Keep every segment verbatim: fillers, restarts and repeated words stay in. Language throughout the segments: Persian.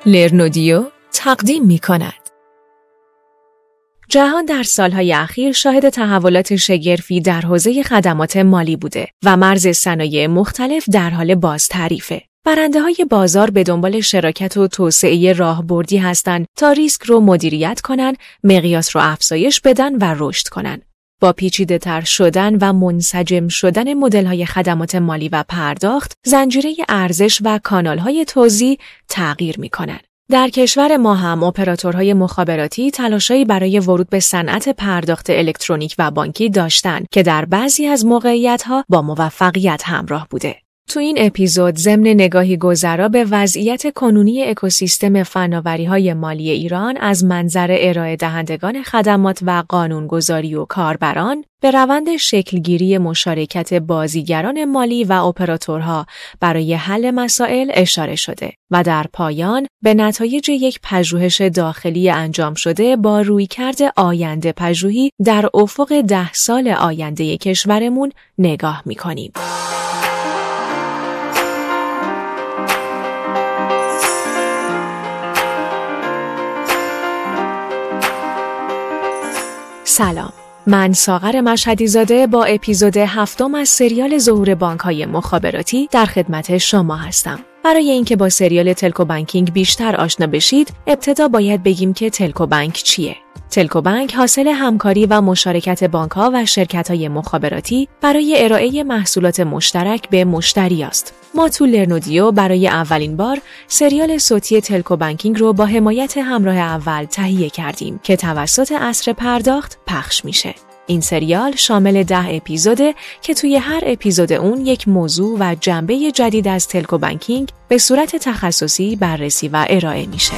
لرنودیو تقدیم می کند. جهان در سالهای اخیر شاهد تحولات شگرفی در حوزه خدمات مالی بوده و مرز صنایع مختلف در حال بازتعریفه. برنده‌های بازار به دنبال شراکت و توسعه راهبردی هستند تا ریسک رو مدیریت کنن، مقیاس رو افزایش بدن و رشد کنن. با پیچیده‌تر شدن و منسجم شدن مدل‌های خدمات مالی و پرداخت، زنجیره ارزش و کانال‌های توزیع تغییر می‌کنند. در کشور ما هم اپراتورهای مخابراتی تلاشایی برای ورود به صنعت پرداخت الکترونیک و بانکی داشتند که در بعضی از موقعیت‌ها با موفقیت همراه بوده. تو این اپیزود ضمن نگاهی گذرا به وضعیت کنونی اکوسیستم فناوری‌های مالی ایران از منظر ارائه دهندگان خدمات و قانونگذاری و کاربران به روند شکلگیری مشارکت بازیگران مالی و اپراتورها برای حل مسائل اشاره شده و در پایان به نتایج یک پژوهش داخلی انجام شده با رویکرد آینده پژوهی در افق ده سال آینده کشورمون نگاه می‌کنیم. سلام، من ساغر مشهدی زاده با اپیزود هفتم از سریال ظهور بانک‌های مخابراتی در خدمت شما هستم. برای اینکه با سریال تلکو بانکینگ بیشتر آشنا بشید، ابتدا باید بگیم که تلکو بانک چیه. تلکو بانک حاصل همکاری و مشارکت بانک‌ها و شرکت‌های مخابراتی برای ارائه محصولات مشترک به مشتری است. ما تو لرنودیو برای اولین بار سریال صوتی تلکو بانکینگ رو با حمایت همراه اول تهیه کردیم که توسط عصر پرداخت پخش میشه. این سریال شامل ده اپیزوده که توی هر اپیزود اون یک موضوع و جنبه جدید از تلکو بانکینگ به صورت تخصصی بررسی و ارائه میشه.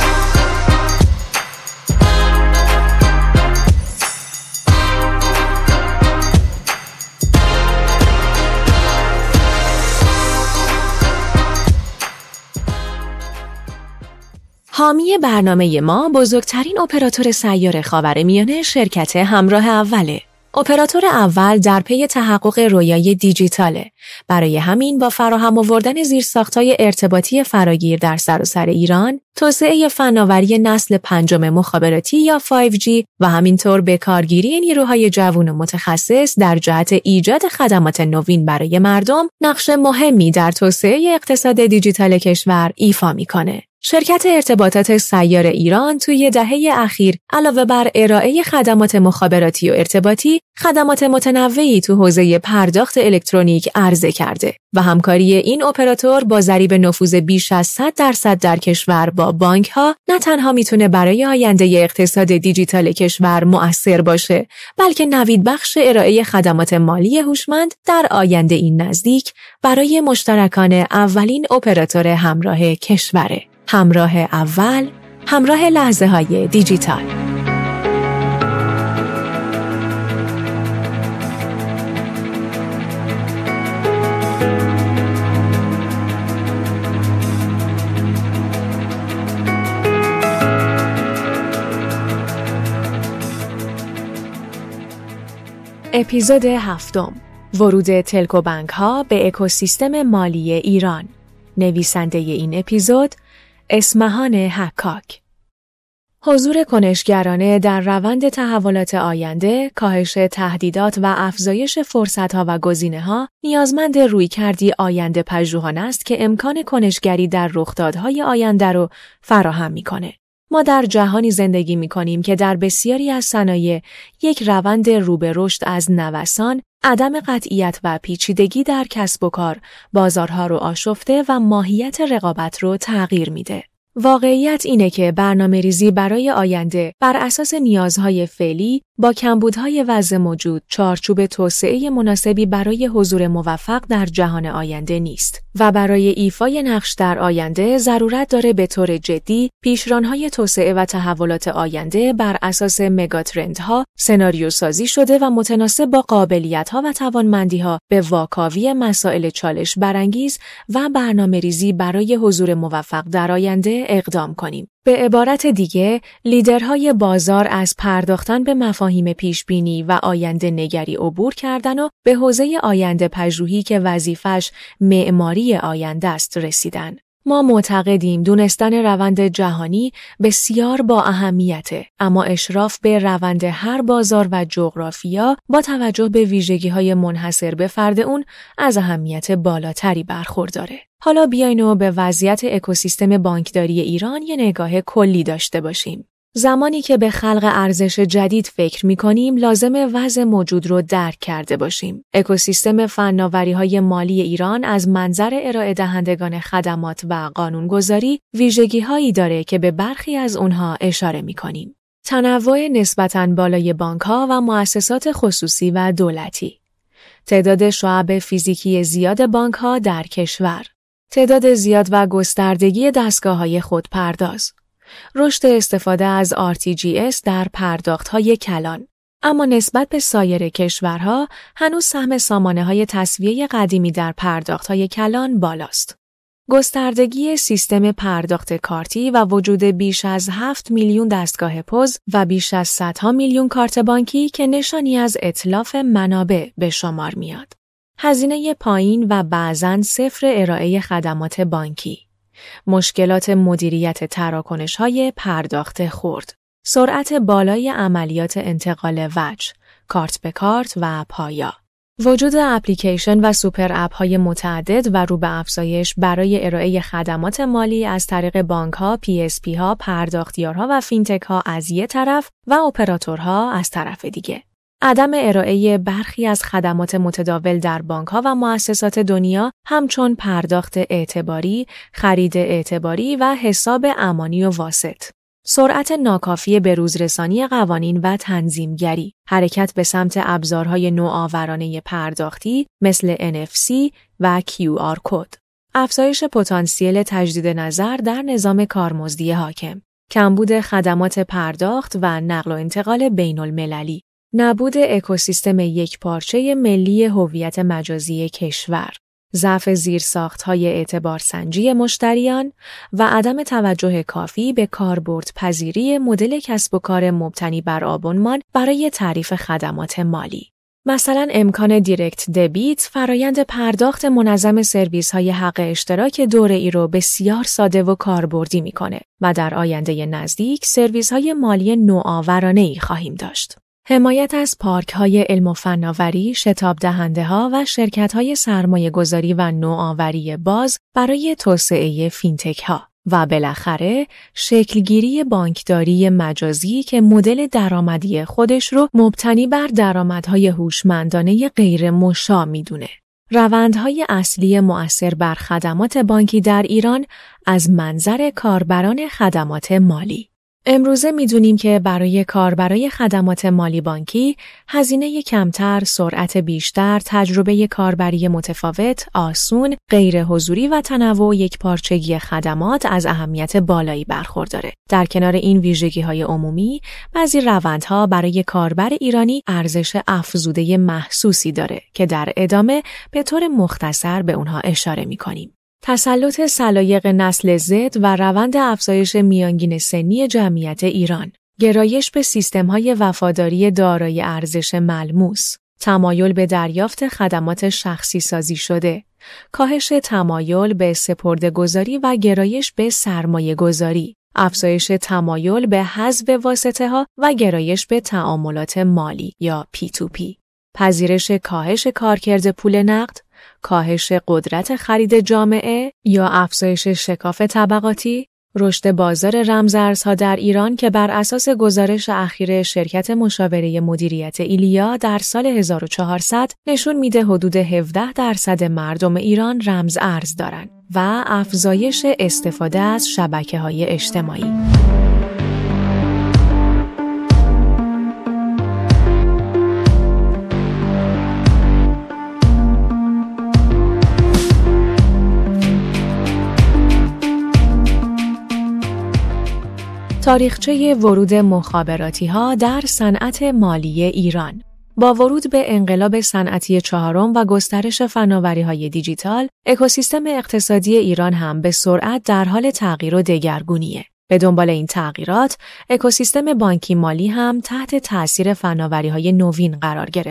حامی برنامه ما بزرگترین اپراتور سیار خاورمیانه شرکت همراه اوله. اپراتور اول در پی تحقق رویای دیجیتاله. برای همین با فراهم آوردن زیرساخت‌های ارتباطی فراگیر در سراسر ایران، توسعه فناوری نسل پنجم مخابراتی یا فایو جی و همینطور به کارگیری نیروهای جوان و متخصص در جهت ایجاد خدمات نوین برای مردم، نقش مهمی در توسعه اقتصاد دیجیتال کشور ایفا می‌کنه. شرکت ارتباطات سیار ایران توی دهه اخیر علاوه بر ارائه خدمات مخابراتی و ارتباطی، خدمات متنوعی تو حوزه پرداخت الکترونیک عرضه کرده و همکاری این اپراتور با ضریب نفوذ بیش از صد درصد در کشور با بانک‌ها نه تنها میتونه برای آینده اقتصاد دیجیتال کشور مؤثر باشه، بلکه نویدبخش ارائه خدمات مالی هوشمند در آینده این نزدیک برای مشترکان اولین اپراتور همراه کشوره. همراه اول، همراه لحظه های دیجیتال. اپیزود هفتم، ورود تلکو بانک ها به اکوسیستم مالی ایران. نویسنده این اپیزود اسمهان حکاک. حضور کنشگرانه در روند تحولات آینده، کاهش تهدیدات و افزایش فرصت‌ها و گزینه‌ها نیازمند رویکردی آینده پژوهانه است که امکان کنشگری در رخدادهای آینده رو فراهم می‌کنه. ما در جهانی زندگی می‌کنیم که در بسیاری از صنایع یک روند رو به رشد از نوسان، عدم قطعیت و پیچیدگی در کسب و کار، بازارها رو آشفته و ماهیت رقابت رو تغییر میده. واقعیت اینه که برنامه‌ریزی برای آینده بر اساس نیازهای فعلی با کمبودهای وضع موجود چارچوب توسعه مناسبی برای حضور موفق در جهان آینده نیست و برای ایفای نقش در آینده ضرورت داره به طور جدی پیشرانهای توسعه و تحولات آینده بر اساس مگاترندها سناریو سازی شده و متناسب با قابلیت‌ها و توانمندی‌ها به واکاوی مسائل چالش برانگیز و برنامه‌ریزی برای حضور موفق در آینده اقدام کنیم. به عبارت دیگه، لیدرهای بازار از پرداختن به مفاهیم پیشبینی و آینده نگری عبور کردن و به حوزه آینده پژوهی که وظیفش معماری آینده است رسیدن. ما معتقدیم دونستن روند جهانی بسیار با اهمیته، اما اشراف به روند هر بازار و جغرافیا با توجه به ویژگی‌های منحصر به فرد اون از اهمیت بالاتری برخورداره. حالا بیاین و به وضعیت اکوسیستم بانکداری ایران یه نگاه کلی داشته باشیم. زمانی که به خلق ارزش جدید فکر می‌کنیم، لازمه وضع موجود رو درک کرده باشیم. اکوسیستم فناوری‌های مالی ایران از منظر ارائه دهندگان خدمات و قانونگذاری ویژگی‌هایی داره که به برخی از اونها اشاره می‌کنیم. تنوع نسبتاً بالای بانک‌ها و مؤسسات خصوصی و دولتی. تعداد شعب فیزیکی زیاد بانک‌ها در کشور. تعداد زیاد و گستردگی دستگاه‌های خودپرداز. رشد استفاده از آر تی جی اس در پرداخت‌های کلان. اما نسبت به سایر کشورها هنوز سهم سامانه‌های تسویه قدیمی در پرداخت‌های کلان بالاست. گستردگی سیستم پرداخت کارتی و وجود بیش از هفت میلیون دستگاه پوز و بیش از صدها میلیون کارت بانکی که نشانی از اتلاف منابع به شمار میاد. هزینه پایین و بعضاً صفر ارائه خدمات بانکی. مشکلات مدیریت تراکنش‌های پرداخت خرد، سرعت بالای عملیات انتقال وجه، کارت به کارت و پایا، وجود اپلیکیشن و سوپر اپ‌های متعدد و رو به افزایش برای ارائه خدمات مالی از طریق بانک‌ها، پی اس پی‌ها، پرداختیارها و فینتک‌ها از یک طرف و اپراتورها از طرف دیگه. عدم ارائه برخی از خدمات متداول در بانک‌ها و مؤسسات دنیا همچون پرداخت اعتباری، خرید اعتباری و حساب امانی و واسط. سرعت ناکافی بروزرسانی قوانین و تنظیمگری، حرکت به سمت ابزارهای نوآورانه پرداختی مثل ان اف سی و کیو آر کد. افزایش پتانسیل تجدید نظر در نظام کارمزدی حاکم. کمبود خدمات پرداخت و نقل و انتقال بین المللی. نبود اکوسیستم یکپارچه ملی هویت مجازی کشور، ضعف زیرساخت‌های اعتبارسنجی مشتریان و عدم توجه کافی به کاربردپذیری مدل کسب و کار مبتنی بر آبونمان برای تعریف خدمات مالی. مثلا امکان دیرکت دبیت، فرایند پرداخت منظم سرویس‌های حق اشتراک دوره‌ای رو بسیار ساده و کاربردی می‌کنه و در آینده نزدیک سرویس‌های مالی نوآورانه‌ای خواهیم داشت. حمایت از پارک‌های علم و فناوری، شتاب دهنده‌ها و شرکت‌های سرمایه‌گذاری و نوآوری باز برای توسعه فینتک‌ها و بالاخره شکلگیری بانکداری مجازی که مدل درآمدی خودش رو مبتنی بر درآمدهای هوشمندانه غیر مشاع میدونه. روندهای اصلی مؤثر بر خدمات بانکی در ایران از منظر کاربران خدمات مالی. امروزه میدونیم که برای کاربرای خدمات مالی بانکی هزینه کمتر، سرعت بیشتر، تجربه کاربری متفاوت، آسون، غیر حضوری و تنوع یکپارچگی خدمات از اهمیت بالایی برخورداره. در کنار این ویژگی‌های عمومی، بعضی روندها برای کاربر ایرانی ارزش افزوده محسوسی داره که در ادامه به طور مختصر به اونها اشاره می‌کنیم. تسلط سلایق نسل زد و روند افزایش میانگین سنی جمعیت ایران، گرایش به سیستم‌های وفاداری دارای ارزش ملموس، تمایل به دریافت خدمات شخصی سازی شده، کاهش تمایل به سپرده‌گذاری و گرایش به سرمایه‌گذاری، افزایش تمایل به حذف واسطه‌ها و گرایش به تعاملات مالی یا پی تو پی، پذیرش کاهش کارکرد پول نقد، کاهش قدرت خرید جامعه یا افزایش شکاف طبقاتی، رشد بازار رمزارزها در ایران که بر اساس گزارش اخیر شرکت مشاوره مدیریت ایلیا در سال هزار و چهارصد نشون میده حدود هفده درصد مردم ایران رمز ارز دارن و افزایش استفاده از شبکه‌های اجتماعی. تاریخچه ورود مخابراتی‌ها در صنعت مالی ایران. با ورود به انقلاب صنعتی چهارم و گسترش فناوری‌های دیجیتال، اکوسیستم اقتصادی ایران هم به سرعت در حال تغییر و دگرگونیه. به دنبال این تغییرات، اکوسیستم بانکی مالی هم تحت تأثیر فناوری‌های نوین قرار گرفته.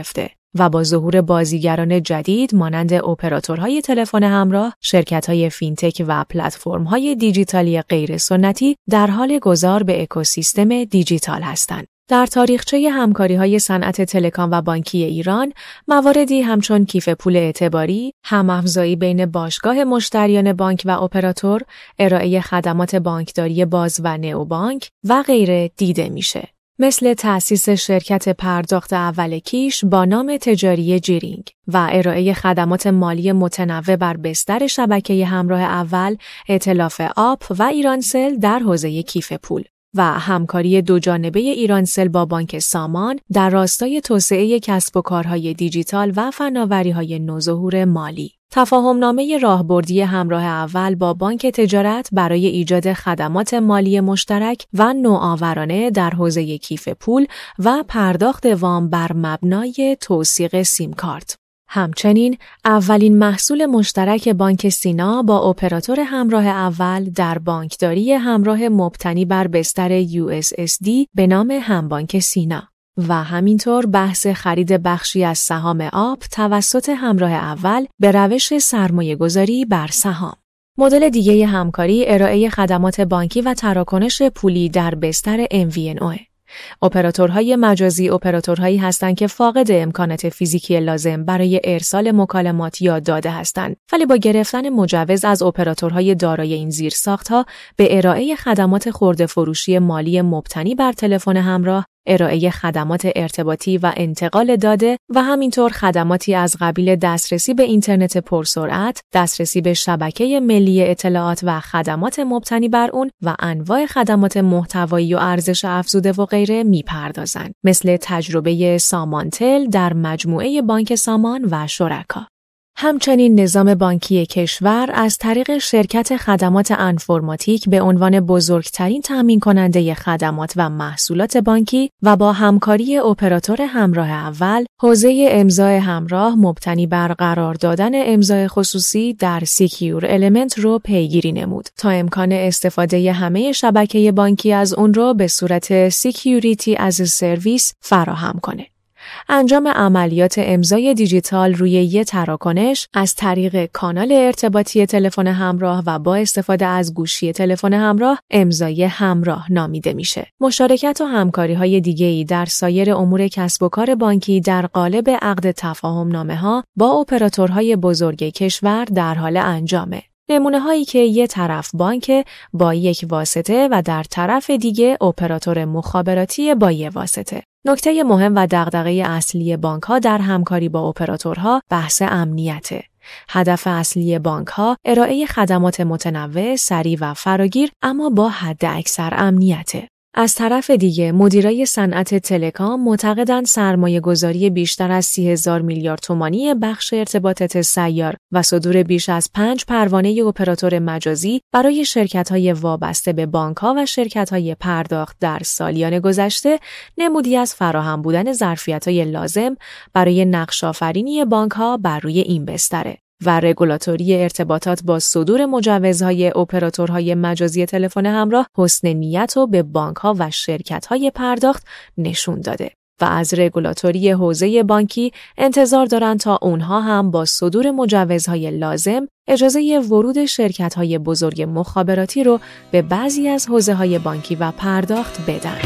و با ظهور بازیگران جدید مانند اپراتورهای تلفن همراه، شرکت‌های فینتک و پلتفرم‌های دیجیتالی غیر سنتی در حال گذار به اکوسیستم دیجیتال هستند. در تاریخچه همکاری‌های صنعت تلکام و بانکی ایران، مواردی همچون کیف پول اعتباری، هم‌افزایی بین باشگاه مشتریان بانک و اپراتور، ارائه خدمات بانکداری باز و نئوبانک و غیره دیده میشه. مثل تأسیس شرکت پرداخت اول کیش با نام تجاری جیرینگ و ارائه خدمات مالی متنوع بر بستر شبکه همراه اول، ائتلاف آپ و ایرانسل در حوزه کیف پول و همکاری دوجانبه ایرانسل با بانک سامان در راستای توسعه کسب و کارهای دیجیتال و فناوری‌های نوظهور مالی. تفاهمنامه راهبردی همراه اول با بانک تجارت برای ایجاد خدمات مالی مشترک و نوآورانه در حوزه کیف پول و پرداخت وام بر مبنای توثیق سیم کارت. همچنین اولین محصول مشترک بانک سینا با اپراتور همراه اول در بانکداری همراه مبتنی بر بستر یو اس اس دی به نام همبانک سینا و همینطور بحث خرید بخشی از سهام آپ توسط همراه اول به روش سرمایه گذاری بر سهام. مدل دیگه همکاری ارائه خدمات بانکی و تراکنش پولی در بستر ام وی ان او. اپراتورهای مجازی اپراتورهایی هستند که فاقد امکانات فیزیکی لازم برای ارسال مکالمات یا داده هستند، ولی با گرفتن مجوز از اپراتورهای دارای این زیرساخت‌ها به ارائه خدمات خرده فروشی مالی مبتنی بر تلفن همراه، ارائه خدمات ارتباطی و انتقال داده و همینطور خدماتی از قبیل دسترسی به اینترنت پرسرعت، دسترسی به شبکه ملی اطلاعات و خدمات مبتنی بر اون و انواع خدمات محتوایی و ارزش افزوده و غیره میپردازند، مثل تجربه سامانتل در مجموعه بانک سامان و شرکا. همچنین نظام بانکی کشور از طریق شرکت خدمات انفرماتیک به عنوان بزرگترین تامین کننده خدمات و محصولات بانکی و با همکاری اپراتور همراه اول، حوزه امضای همراه مبتنی بر قرار دادن امضای خصوصی در سیکیور المنت رو پیگیری نمود تا امکان استفاده همه شبکه بانکی از اون رو به صورت سیکیوریتی از سرویس فراهم کنه. انجام عملیات امضای دیجیتال روی یک تراکنش از طریق کانال ارتباطی تلفن همراه و با استفاده از گوشی تلفن همراه امضای همراه نامیده میشه. مشارکت و همکاری‌های دیگه‌ای در سایر امور کسب و کار بانکی در قالب عقد تفاهم‌نامه‌ها با اپراتورهای بزرگ کشور در حال انجامه. نمونه هایی که یک طرف بانک با یک واسطه و در طرف دیگه اپراتور مخابراتی با یک واسطه. نکته مهم و دغدغه اصلی بانک‌ها در همکاری با اپراتورها بحث امنیته. هدف اصلی بانک‌ها ارائه خدمات متنوع، سریع و فراگیر اما با حد اکثر امنیته. از طرف دیگه مدیرای صنعت تلکام معتقدند سرمایه گذاری بیشتر از سی هزار میلیارد تومانی بخش ارتباطات سیار و صدور بیش از پنج پروانه اپراتور مجازی برای شرکت‌های وابسته به بانک‌ها و شرکت‌های پرداخت در سالیان گذشته نمودی از فراهم بودن ظرفیت‌های لازم برای نقش‌آفرینی بانک‌ها بر روی این بستره و رگولاتوری ارتباطات با صدور مجوزهای اپراتورهای مجازی تلفن همراه حسن نیت رو به بانک‌ها و شرکت‌های پرداخت نشون داده و از رگولاتوری حوزه بانکی انتظار دارند تا اونها هم با صدور مجوزهای لازم اجازه ورود شرکت‌های بزرگ مخابراتی رو به بعضی از حوزه‌های بانکی و پرداخت بدن.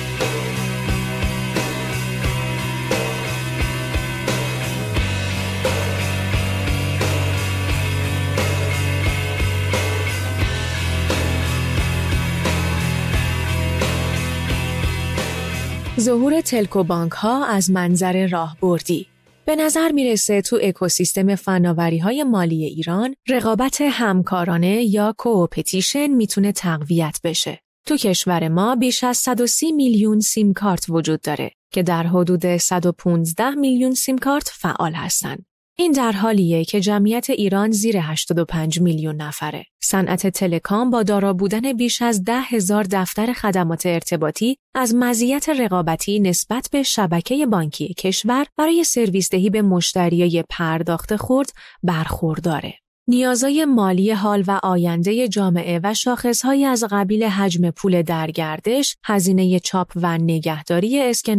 ظهور تلکو بانک ها از منظر راهبردی. به نظر میرسه تو اکوسیستم فناوری‌های مالی ایران رقابت همکارانه یا کوپتیشن میتونه تقویت بشه. تو کشور ما بیش از صد و سی میلیون سیم کارت وجود داره که در حدود صد و پانزده میلیون سیم کارت فعال هستن. این در حالیه که جمعیت ایران زیر هشتاد و پنج میلیون نفره. صنعت تلکام با دارا بودن بیش از ده هزار دفتر خدمات ارتباطی از مزیت رقابتی نسبت به شبکه بانکی کشور برای سرویس دهی به مشتریای پرداخت خرد برخورداره. نیازهای مالی حال و آینده جامعه و شاخصهایی از قبیل حجم پول در گردش، هزینه چاپ و نگهداری اسکناس،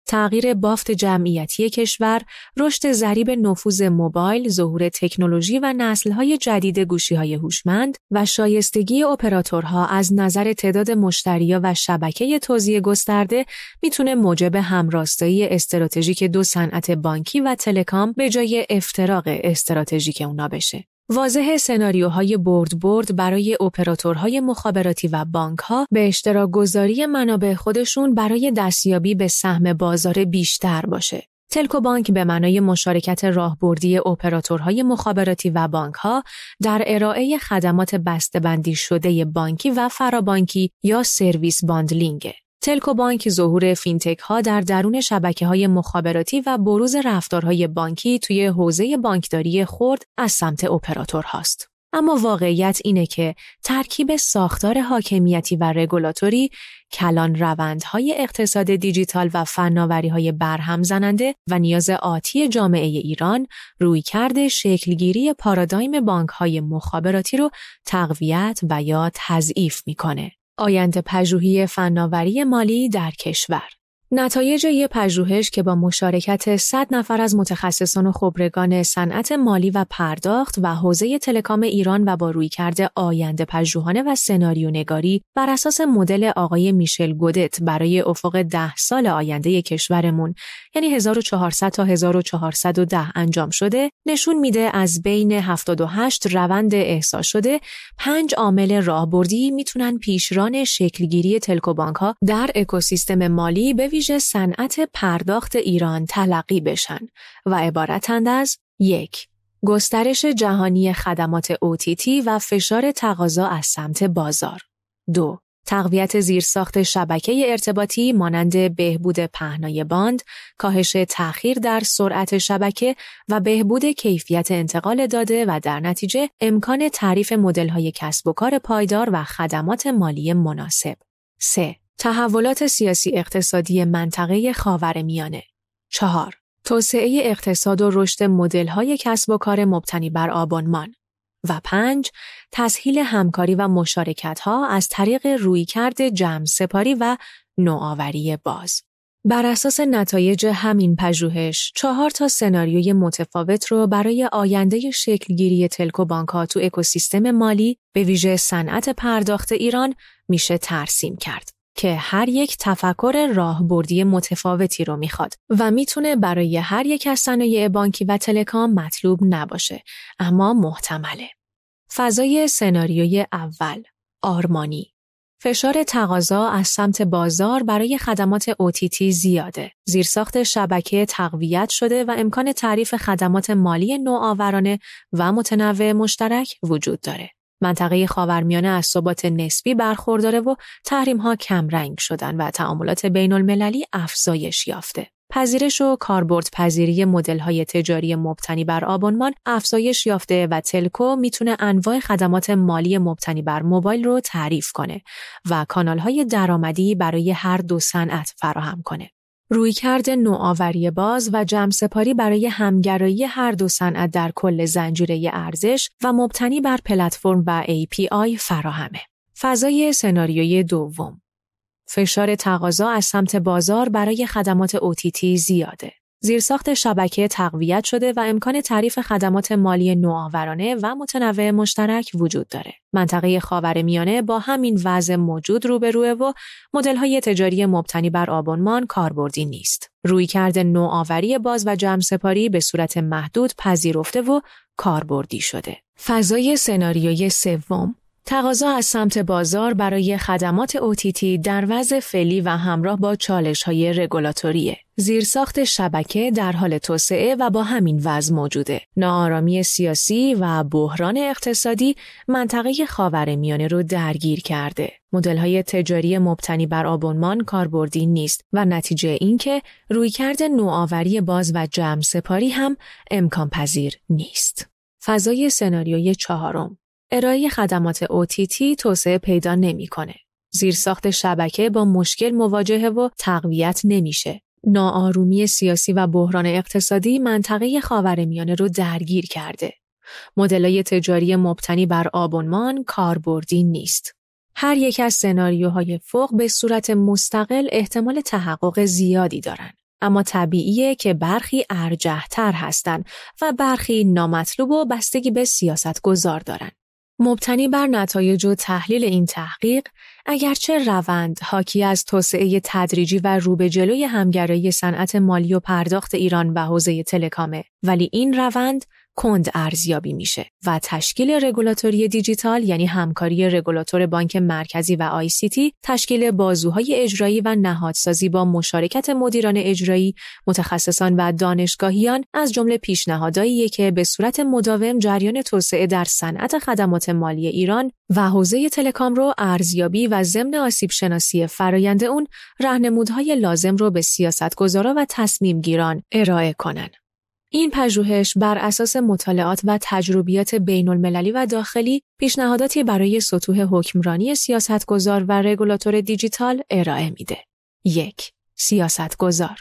تغییر بافت جمعیتی کشور، رشد ضریب نفوذ موبایل، ظهور تکنولوژی و نسل‌های جدید گوشی‌های هوشمند و شایستگی اپراتورها از نظر تعداد مشتری‌ها و شبکه توزیع گسترده میتونه موجب همراستایی استراتژیک دو صنعت بانکی و تلکام به جای افتراق استراتژیک اونا بشه. واضح سناریوهای برد برد برای اپراتورهای مخابراتی و بانک‌ها به اشتراک گذاری منابع خودشون برای دستیابی به سهم بازار بیشتر باشه. تلکو بانک به معنای مشارکت راهبردی اپراتورهای مخابراتی و بانک‌ها در ارائه خدمات بسته‌بندی شده بانکی و فرابانکی یا سرویس باندلینگ. تلکو بانک ظهور فینتک ها در درون شبکه‌های مخابراتی و بروز رفتارهای بانکی توی حوزه بانکداری خرد از سمت اپراتورهاست. اما واقعیت اینه که ترکیب ساختار حاکمیتی و رگولاتوری، کلان روندهای اقتصاد دیجیتال و فناوری‌های برهم زننده و نیاز آتی جامعه ایران رویکرد شکلگیری پارادایم بانک‌های مخابراتی رو تقویت و یا تضعیف می‌کنه. آینده پژوهی فناوری مالی در کشور. نتایج یک پژوهش که با مشارکت صد نفر از متخصصان و خبرگان صنعت مالی و پرداخت و حوزه تلکام ایران و با رویکرد آینده پژوهانه و سناریو نگاری بر اساس مدل آقای میشل گودت برای افق ده سال آینده کشورمون یعنی هزار و چهارصد تا هزار و چهارصد و ده انجام شده، نشون میده از بین هفتاد و هشت روند احصا شده پنج عامل راهبردی میتونن پیشران شکلگیری تلکو بانک‌ها در اکوسیستم مالی به ویژه صنعت پرداخت ایران تلقی بشن و عبارتند از یک. گسترش جهانی خدمات او تی تی و فشار تقاضا از سمت بازار. دو. تقویت زیرساخت شبکه ارتباطی مانند بهبود پهنای باند، کاهش تأخیر در سرعت شبکه و بهبود کیفیت انتقال داده و در نتیجه امکان تعریف مدل‌های کسب و کار پایدار و خدمات مالی مناسب. سه. تحولات سیاسی اقتصادی منطقه خاورمیانه. چهار. توسعه اقتصاد و رشد مدل‌های کسب و کار مبتنی بر آبونمان. و پنج. تسهیل همکاری و مشارکت‌ها از طریق رویکرد جمع سپاری و نوآوری باز. بر اساس نتایج همین پژوهش، چهار تا سناریوی متفاوت رو برای آینده شکلگیری تلکو بانک‌ها تو اکوسیستم مالی به ویژه صنعت پرداخت ایران میشه ترسیم کرد که هر یک تفکر راهبردی متفاوتی رو میخواد و میتونه برای هر یک از صنایع بانکی و تلکام مطلوب نباشه، اما محتمله. فضای سناریوی اول، آرمانی. فشار تقاضا از سمت بازار برای خدمات او تی تی زیاده. زیرساخت شبکه تقویت شده و امکان تعریف خدمات مالی نوآورانه و متنوع مشترک وجود داره. منطقه خاورمیانه از ثبات نسبی برخورداره و تحریم‌ها کمرنگ شدن و تعاملات بین‌المللی افزایش یافته. پذیرش و کاربردپذیری مدل‌های تجاری مبتنی بر آبونمان افزایش یافته و تلکو میتونه انواع خدمات مالی مبتنی بر موبایل رو تعریف کنه و کانال‌های درآمدی برای هر دو صنعت فراهم کنه. رویکرد نوآوری باز و جمع‌سپاری برای همگرایی هر دو صنعت در کل زنجیره ارزش و مبتنی بر پلتفرم و ای پی آی فراهمه. فضای سناریوی دوم. فشار تقاضا از سمت بازار برای خدمات او تی تی زیاده. زیرساخت شبکه تقویت شده و امکان تعریف خدمات مالی نوآورانه و متنوع مشترک وجود داره. منطقه خاورمیانه با همین وضع موجود روبروه و مدل‌های تجاری مبتنی بر آبونمان کاربردی نیست. رویکرد نوآوری باز و جمع‌سپاری به صورت محدود پذیرفته و کاربردی شده. فضای سناریوی سوم. تقاضا از سمت بازار برای خدمات او تی تی در وضع فعلی و همراه با چالش‌های رگولاتوریه. زیرساخت شبکه در حال توسعه و با همین وضع موجوده. ناآرامی سیاسی و بحران اقتصادی منطقه خاورمیانه رو درگیر کرده. مدل‌های تجاری مبتنی بر آبونمان کاربردی نیست و نتیجه این که رویکرد نوآوری باز و جمع سپاری هم امکان پذیر نیست. فضای سناریوی چهارم. ارائه خدمات او تی تی توسعه پیدا نمی‌کنه. زیرساخت شبکه با مشکل مواجهه و تقویت نمیشه. ناآرومی سیاسی و بحران اقتصادی منطقه خاورمیانه رو درگیر کرده. مدل‌های تجاری مبتنی بر آبونمان کاربردی نیست. هر یک از سناریوهای فوق به صورت مستقل احتمال تحقق زیادی دارن. اما طبیعیه که برخی ارجح‌تر هستن و برخی نامطلوب و بستگی به سیاست گذار دارن. مبتنی بر نتایج و تحلیل این تحقیق، اگرچه روند حاکی از توسعه تدریجی و رو به جلوی همگرایی صنعت مالی و پرداخت ایران و حوزه تلکامه، ولی این روند کند ارزیابی میشه و تشکیل رگولاتوری دیجیتال یعنی همکاری رگولاتور بانک مرکزی و آی سی تی، تشکیل بازوهای اجرایی و نهادسازی با مشارکت مدیران اجرایی، متخصصان و دانشگاهیان از جمله پیشنهاداییه که به صورت مداوم جریان توسعه در صنعت خدمات مالی ایران و حوزه تلکام رو ارزیابی و ضمن آسیب شناسی فرآیند اون راهنمودهای لازم رو به سیاستگزارا و تصمیم گیران ارائه کنن. این پژوهش بر اساس مطالعات و تجربیات بین المللی و داخلی پیشنهاداتی برای سطوح حکمرانی سیاستگزار و رگولاتور دیجیتال ارائه میده. یک. سیاستگزار.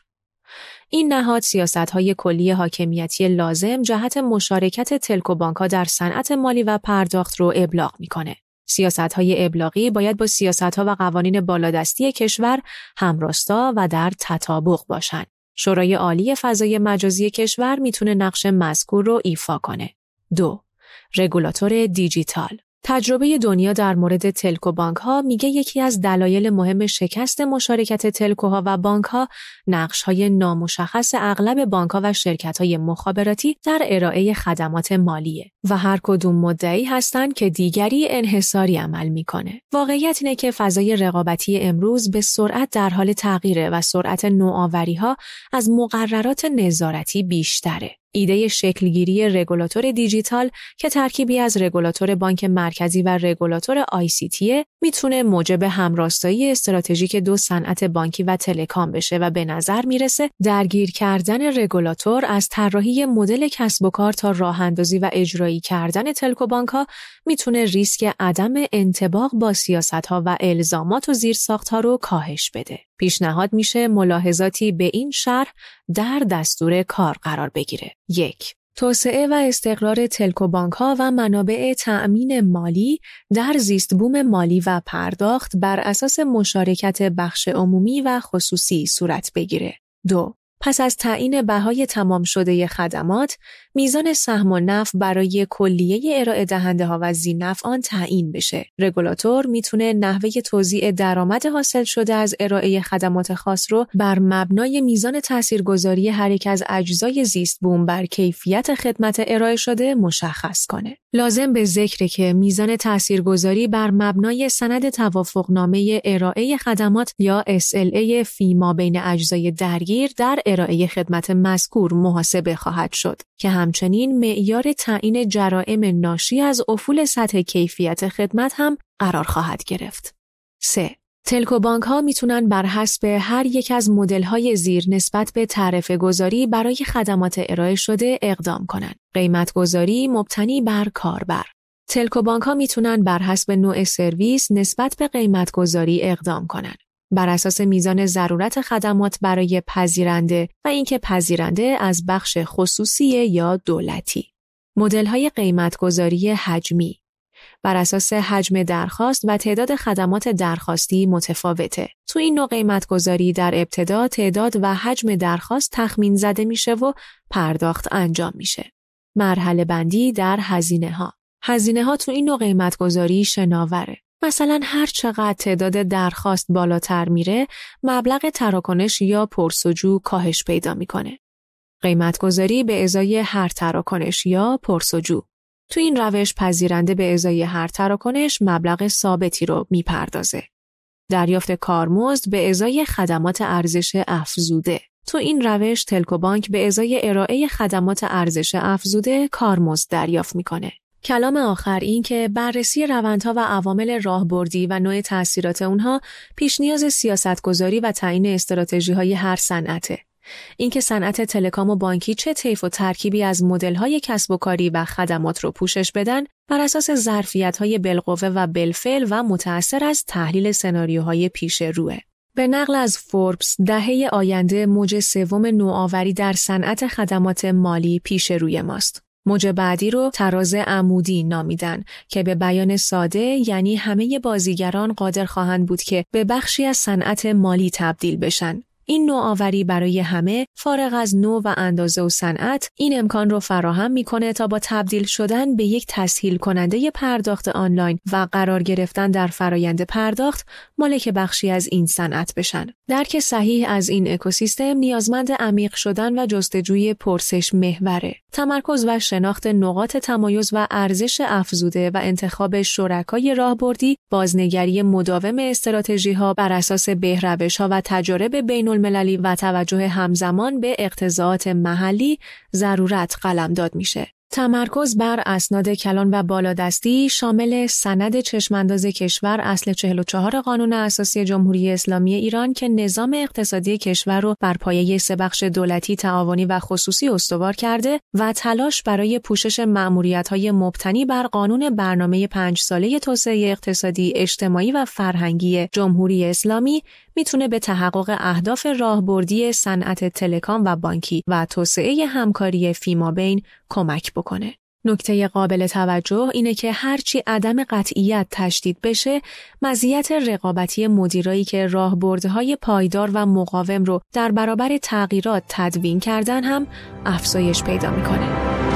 این نهاد سیاست‌های کلی حاکمیتی لازم جهت مشارکت تلکو بانک‌ها در صنعت مالی و پرداخت رو ابلاغ میکنه. سیاست‌های ابلاغی باید با سیاست‌ها و قوانین بالادستی کشور همراستا و در تطابق باشند. شورای عالی فضای مجازی کشور میتونه نقش مذکور رو ایفا کنه. دو. رگولاتور دیجیتال. تجربه دنیا در مورد تلکو بانک ها میگه یکی از دلایل مهم شکست مشارکت تلکوها و بانک ها نقش های نامشخص اغلب بانک ها و شرکت های مخابراتی در ارائه خدمات مالیه و هر کدوم مدعی هستن که دیگری انحصاری عمل میکنه. واقعیت اینه که فضای رقابتی امروز به سرعت در حال تغییره و سرعت نوآوری ها از مقررات نظارتی بیشتره. ایده شکلگیری رگولاتور دیجیتال که ترکیبی از رگولاتور بانک مرکزی و رگولاتور آی سی تی میتونه موجب همراستایی استراتژیک دو صنعت بانکی و تلکام بشه و به نظر میرسه درگیر کردن رگولاتور از طراحی مدل کسب و کار تا راه‌اندازی و اجرایی کردن تلکو بانک‌ها میتونه ریسک عدم انطباق با سیاست‌ها و الزامات و زیرساخت‌ها رو کاهش بده. پیشنهاد میشه ملاحظاتی به این شرح در دستور کار قرار بگیره. یک. توسعه و استقرار تلکو بانک‌ها و منابع تأمین مالی در زیست بوم مالی و پرداخت بر اساس مشارکت بخش عمومی و خصوصی صورت بگیره. دو. پس از تعیین بهای تمام شده خدمات، میزان سهم و نفع برای کلیه ارائه دهنده ها و ذی‌نفعان تعیین بشه. رگولاتور میتونه نحوه توزیع درآمد حاصل شده از ارائه خدمات خاص رو بر مبنای میزان تاثیرگذاری هر یک از اجزای زیست بوم بر کیفیت خدمت ارائه شده مشخص کنه. لازم به ذکره که میزان تاثیرگذاری بر مبنای سند توافقنامه ارائه خدمات یا اس ال ای فی ما بین اجزای درگیر در ارائه خدمت مذکور محاسبه خواهد شد که همچنین معیار تعیین جرائم ناشی از افول سطح کیفیت خدمت هم قرار خواهد گرفت. سه. تلکو بانک ها میتونن بر حسب هر یک از مدل های زیر نسبت به تعرفه گذاری برای خدمات ارائه شده اقدام کنند. قیمت گذاری مبتنی بر کاربر. تلکو بانک ها میتونن بر حسب نوع سرویس نسبت به قیمت گذاری اقدام کنند. بر اساس میزان ضرورت خدمات برای پذیرنده و اینکه پذیرنده از بخش خصوصی یا دولتی. مدل‌های قیمت‌گذاری حجمی بر اساس حجم درخواست و تعداد خدمات درخواستی متفاوته. تو این نوع قیمت‌گذاری در ابتدا تعداد و حجم درخواست تخمین زده میشه و پرداخت انجام میشه. مرحله بندی در هزینه‌ها. هزینه‌ها تو این نوع قیمت‌گذاری شناوره. مثلا هر چقدر تعداد درخواست بالاتر میره، مبلغ تراکنش یا پرسجو کاهش پیدا میکنه. قیمت گذاری به ازای هر تراکنش یا پرسجو. تو این روش پذیرنده به ازای هر تراکنش مبلغ ثابتی رو میپردازه. دریافت کارمزد به ازای خدمات ارزش افزوده. تو این روش تلکو بانک به ازای ارائه خدمات ارزش افزوده کارمزد دریافت میکنه. کلام آخر این که بررسی روندها و عوامل راهبردی و نوع تأثیرات اونها پیش نیاز سیاستگذاری و تعیین استراتژی‌های هر صنعته. اینکه صنعت تلکام و بانکی چه طیف و ترکیبی از مدل‌های کسب و کاری و خدمات رو پوشش بدن بر اساس ظرفیت‌های بالقوه و بالفعل و متأثر از تحلیل سناریوهای پیش روه. به نقل از فوربس دهه آینده موج سوم نوآوری در صنعت خدمات مالی پیش روی ماست. موج بعدی رو تراز عمودی نامیدن که به بیان ساده یعنی همه بازیگران قادر خواهند بود که به بخشی از صنعت مالی تبدیل بشن. این نوآوری برای همه فارغ از نوع و اندازه و صنعت این امکان رو فراهم میکنه تا با تبدیل شدن به یک تسهیل کننده پرداخت آنلاین و قرار گرفتن در فرایند پرداخت مالک بخشی از این صنعت بشن. درک صحیح از این اکوسیستم نیازمند عمیق شدن و جستجوی پرسش محوره. تمرکز و شناخت نقاط تمایز و ارزش افزوده و انتخاب شرکای راهبردی، بازنگری مداوم استراتژی‌ها بر اساس بهروش‌ها و تجارب بین‌المللی و توجه همزمان به اقتضاعات محلی ضرورت قلمداد میشه. تمرکز بر اسناد کلان و بالادستی شامل سند چشمانداز کشور اصل چهل و چهار قانون اساسی جمهوری اسلامی ایران که نظام اقتصادی کشور رو بر پایه سه بخش دولتی، تعاونی و خصوصی استوار کرده و تلاش برای پوشش مأموریت‌های مبتنی بر قانون برنامه پنج ساله توسعه اقتصادی، اجتماعی و فرهنگی جمهوری اسلامی میتونه به تحقق اهداف راهبردی صنعت تلکام و بانکی و توسعه همکاری فیمابین کمک بکنه. نکته قابل توجه اینه که هرچی عدم قطعیت تشدید بشه، مزیت رقابتی مدیرایی که راهبردهای پایدار و مقاوم رو در برابر تغییرات تدوین کردن هم افزایش پیدا میکنه.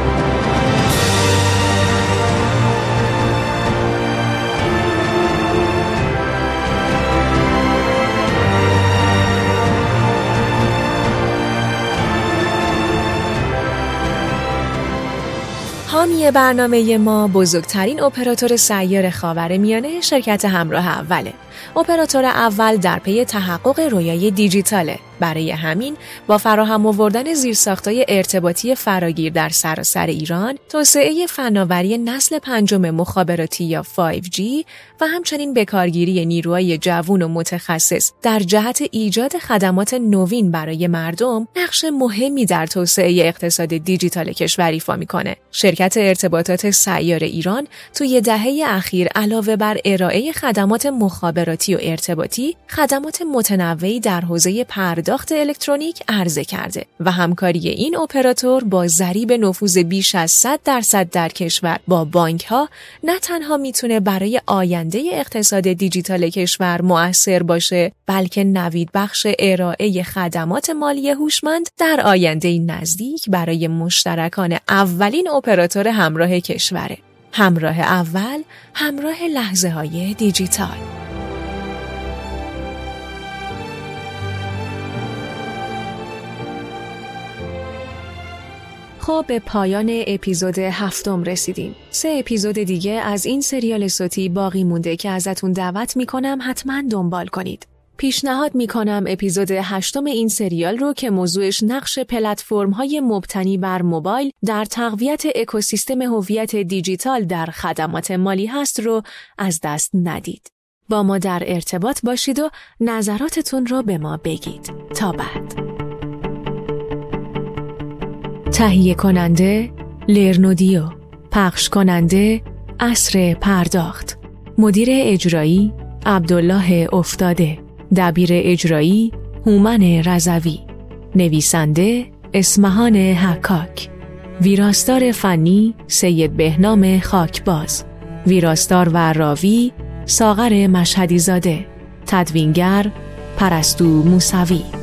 حامی برنامه ما بزرگترین اپراتور سیار خاورمیانه شرکت همراه اوله. اپراتور اول در پی تحقق رویای دیجیتاله. برای همین با فراهم آوردن زیرساخت‌های ارتباطی فراگیر در سراسر ایران، توسعه فناوری نسل پنجم مخابراتی یا فایو جی و همچنین بکارگیری نیروهای جوان و متخصص در جهت ایجاد خدمات نوین برای مردم، نقش مهمی در توسعه اقتصاد دیجیتال کشور ایفا می‌کنه. شرکت ارتباطات سیار ایران توی دهه اخیر علاوه بر ارائه خدمات مخابراتی و ارتباطی، خدمات متنوعی در حوزه پرداخت پرداخت الکترونیک عرضه کرده و همکاری این اپراتور با ضریب نفوذ بیش از صد درصد در کشور با بانک‌ها نه تنها میتونه برای آینده اقتصاد دیجیتال کشور مؤثر باشه، بلکه نوید بخش ارائه خدمات مالی هوشمند در آینده نزدیک برای مشترکان اولین اپراتور همراه کشوره. همراه اول، همراه لحظه‌های دیجیتال. خب به پایان اپیزود هفتم رسیدیم. سه اپیزود دیگه از این سریال صوتی باقی مونده که ازتون دعوت میکنم حتما دنبال کنید. پیشنهاد میکنم اپیزود هشتم این سریال رو که موضوعش نقش پلتفرم‌های مبتنی بر موبایل در تقویت اکوسیستم هویت دیجیتال در خدمات مالی هست رو از دست ندید. با ما در ارتباط باشید و نظراتتون رو به ما بگید. تا بعد. تهیه کننده لرنودیو، پخش کننده عصر پرداخت، مدیر اجرایی عبدالله افتاده، دبیر اجرایی هومن رضوی، نویسنده اسمهان حکاک، ویراستار فنی سید بهنام خاکباز، ویراستار و راوی ساغر مشهدی زاده، تدوینگر پرستو موسوی.